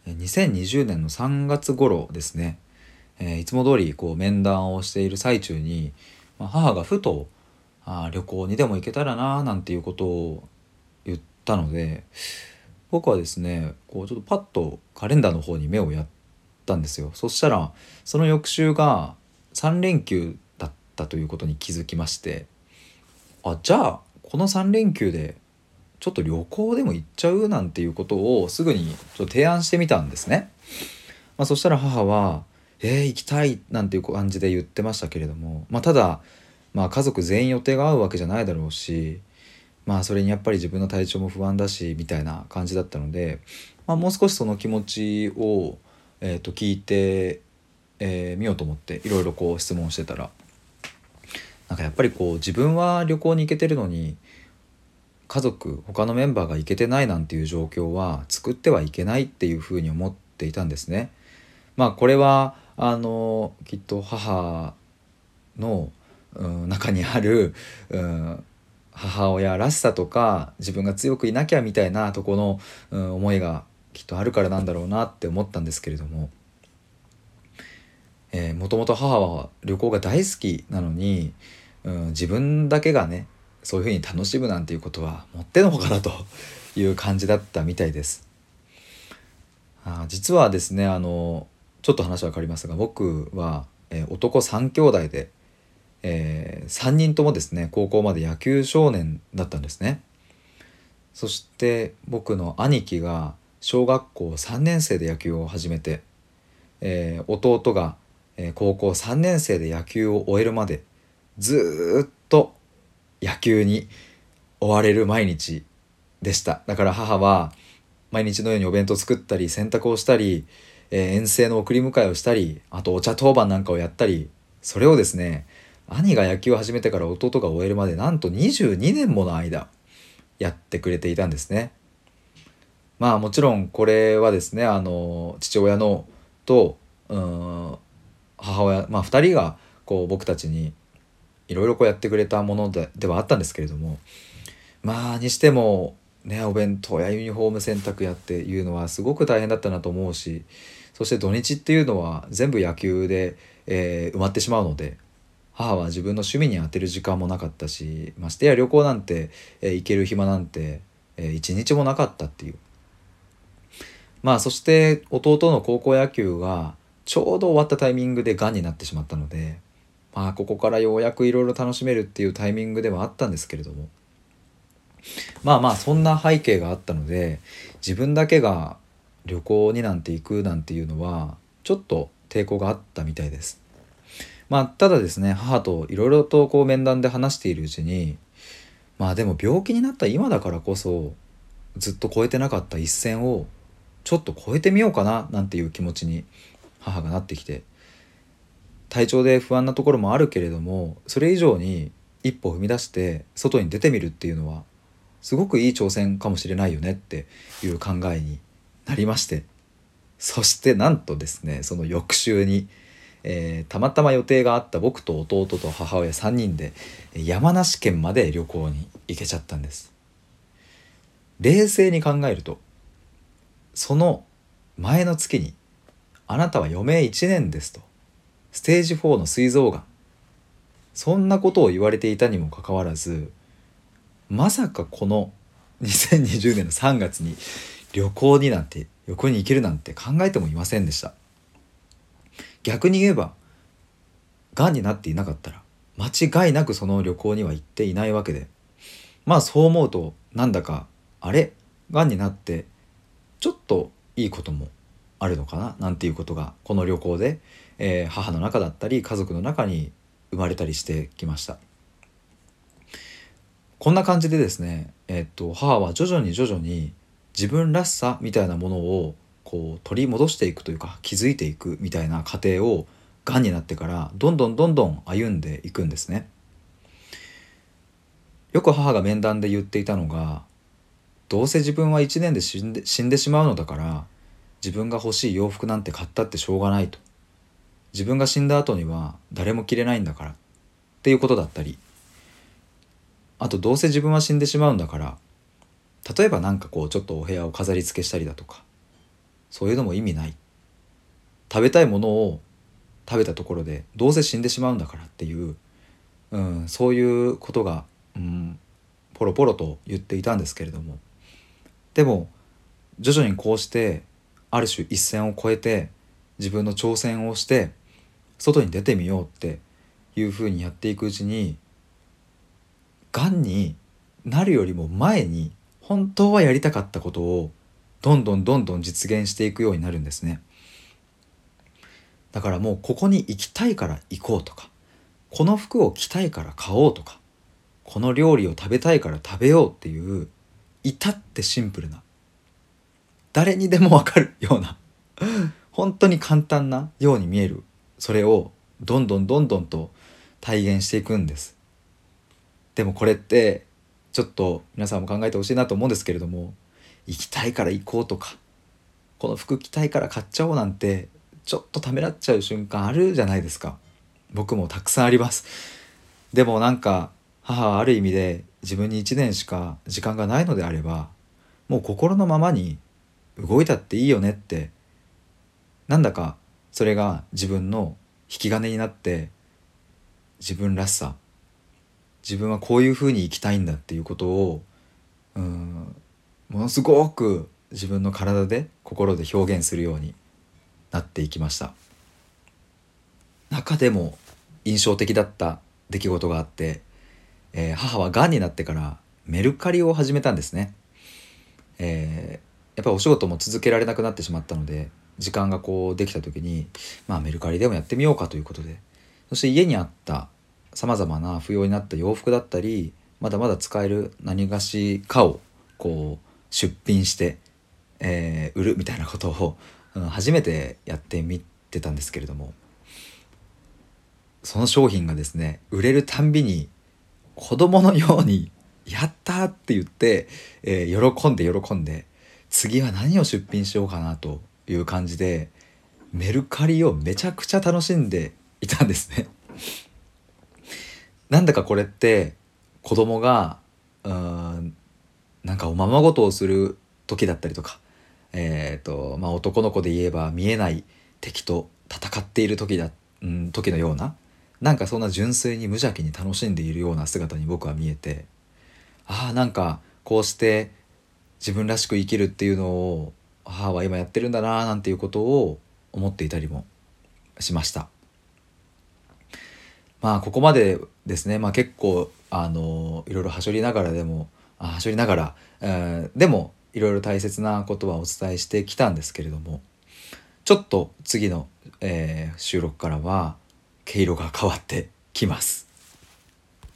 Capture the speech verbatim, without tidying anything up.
にせんにじゅうねんのさんがつ頃ですね、えーいつも通りこう面談をしている最中に、まあ、母がふとあー旅行にでも行けたらななんていうことを言ったので、僕はですねこうちょっとパッとカレンダーの方に目をやったんですよ。そしたらその翌週がさん連休だったということに気づきまして、あじゃあこのさん連休でちょっと旅行でも行っちゃうなんていうことをすぐにちょっと提案してみたんですね。まあ、そしたら母は「えー、行きたい」なんていう感じで言ってましたけれども、まあ、ただ、まあ、家族全員予定が合うわけじゃないだろうし、まあそれにやっぱり自分の体調も不安だしみたいな感じだったので、まあ、もう少しその気持ちを、えー、と聞いてみ、えー見ようと思っていろいろこう質問してたら、なんかやっぱりこう自分は旅行に行けてるのに家族他のメンバーが行けてないなんていう状況は作ってはいけないっていうふうに思っていたんですね。まあこれはあのきっと母の、うん、中にある、うん、母親らしさとか自分が強くいなきゃみたいなとこの、うん、思いがきっとあるからなんだろうなって思ったんですけれども、えー、もともと母は旅行が大好きなのに、うん、自分だけがねそういうふうに楽しむなんていうことはもってのほかだという感じだったみたいです。あー実はですねあのちょっと話は変わりますが、僕は、えー男さん兄弟で、えー、さんにんともですね高校まで野球少年だったんですね。そして僕の兄貴が小学校さんねん生で野球を始めて、えー弟が、えー高校さんねん生で野球を終えるまでずーっと野球に追われる毎日でした。だから母は毎日のようにお弁当作ったり洗濯をしたり、えー遠征の送り迎えをしたり、あとお茶当番なんかをやったり、それをですね兄が野球を始めてから弟が終えるまでなんとにじゅうにねんもの間やってくれていたんですね。まあもちろんこれはですねあの父親のとうーん母親、まあふたりがこう僕たちにいろいろこうやってくれたもので、ではあったんですけれども、まあにしてもねお弁当やユニフォーム洗濯やっていうのはすごく大変だったなと思うし、そして土日っていうのは全部野球で、えー埋まってしまうので、母は自分の趣味に充てる時間もなかったし、ましてや旅行なんて、えー行ける暇なんて、えー一日もなかったっていう。まあそして弟の高校野球がちょうど終わったタイミングでがんになってしまったので、まあここからようやくいろいろ楽しめるっていうタイミングではあったんですけれども、まあまあそんな背景があったので自分だけが旅行になんて行くなんていうのはちょっと抵抗があったみたいです。まあただですね母といろいろとこう面談で話しているうちに、まあでも病気になった今だからこそずっと越えてなかった一線をちょっと越えてみようかななんていう気持ちに母がなってきて、体調で不安なところもあるけれどもそれ以上に一歩踏み出して外に出てみるっていうのはすごくいい挑戦かもしれないよねっていう考えになりまして、そしてなんとですねその翌週に、えーたまたま予定があった僕と弟と母親さんにんで山梨県まで旅行に行けちゃったんです。冷静に考えるとその前の月にあなたは余命いちねんですと、ステージフォーの膵臓がん、そんなことを言われていたにもかかわらず、まさかこのにせんにじゅうねんのさんがつに旅行になんて旅行に行けるなんて考えてもいませんでした。逆に言えばがんになっていなかったら間違いなくその旅行には行っていないわけで、まあそう思うとなんだかあれがんになってちょっといいこともあるのかななんていうことがこの旅行で、えー母の中だったり家族の中に生まれたりしてきました。こんな感じでですね、えっと母は徐々に徐々に自分らしさみたいなものをこう取り戻していくというか気づいていくみたいな過程をがんになってからどんどんどんどん歩んでいくんですね。よく母が面談で言っていたのが、どうせ自分はいちねんで死んで死んでしまうのだから自分が欲しい洋服なんて買ったってしょうがないと、自分が死んだ後には誰も着れないんだからっていうことだったり、あとどうせ自分は死んでしまうんだから例えばなんかこうちょっとお部屋を飾り付けしたりだとか、 そういうのも意味ない。食べたいものを食べたところでどうせ死んでしまうんだからっていう、うん、そういうことが、うん、ポロポロと言っていたんですけれども、でも徐々にこうしてある種一線を越えて自分の挑戦をして外に出てみようっていうふうにやっていくうちに、がんになるよりも前に本当はやりたかったことをどんどんどんどん実現していくようになるんですね。だからもうここに行きたいから行こうとか、この服を着たいから買おうとか、この料理を食べたいから食べようっていう、至ってシンプルな、誰にでもわかるような本当に簡単なように見える、それをどんどんどんどんと体現していくんです。でもこれってちょっと皆さんも考えてほしいなと思うんですけれども、行きたいから行こうとか、この服着たいから買っちゃおうなんてちょっとためらっちゃう瞬間あるじゃないですか。僕もたくさんあります。でもなんか母はある意味で自分にいちねんしか時間がないのであれば、もう心のままに動いたっていいよねって、なんだかそれが自分の引き金になって、自分らしさ、自分はこういうふうに生きたいんだっていうことを、うーんものすごく自分の体で心で表現するようになっていきました。中でも印象的だった出来事があって、えー母はがんになってからメルカリを始めたんですね。えーやっぱりお仕事も続けられなくなってしまったので、時間がこうできた時に、まあメルカリでもやってみようかということで、そして家にあったさまざまな不要になった洋服だったり、まだまだ使える何がしかをこう出品して、えー売るみたいなことを、うん初めてやってみてたんですけれども、その商品がですね売れるたんびに子供のように「やった!」って言って、えー喜んで喜んで、次は何を出品しようかなという感じでメルカリをめちゃくちゃ楽しんでいたんですね。なんだかこれって子供がうーんなんかおままごとをする時だったりとか、えーとまあ、男の子で言えば見えない敵と戦っている時だ、うん、時のような、なんかそんな純粋に無邪気に楽しんでいるような姿に僕は見えて、ああなんかこうして自分らしく生きるっていうのを母は今やってるんだななんていうことを思っていたりもしました。まあここまでですね、まあ、結構あのいろいろはしょりながらでもあはしょりながら、えーでもいろいろ大切なことはお伝えしてきたんですけれども、ちょっと次の、えー収録からは毛色が変わってきます。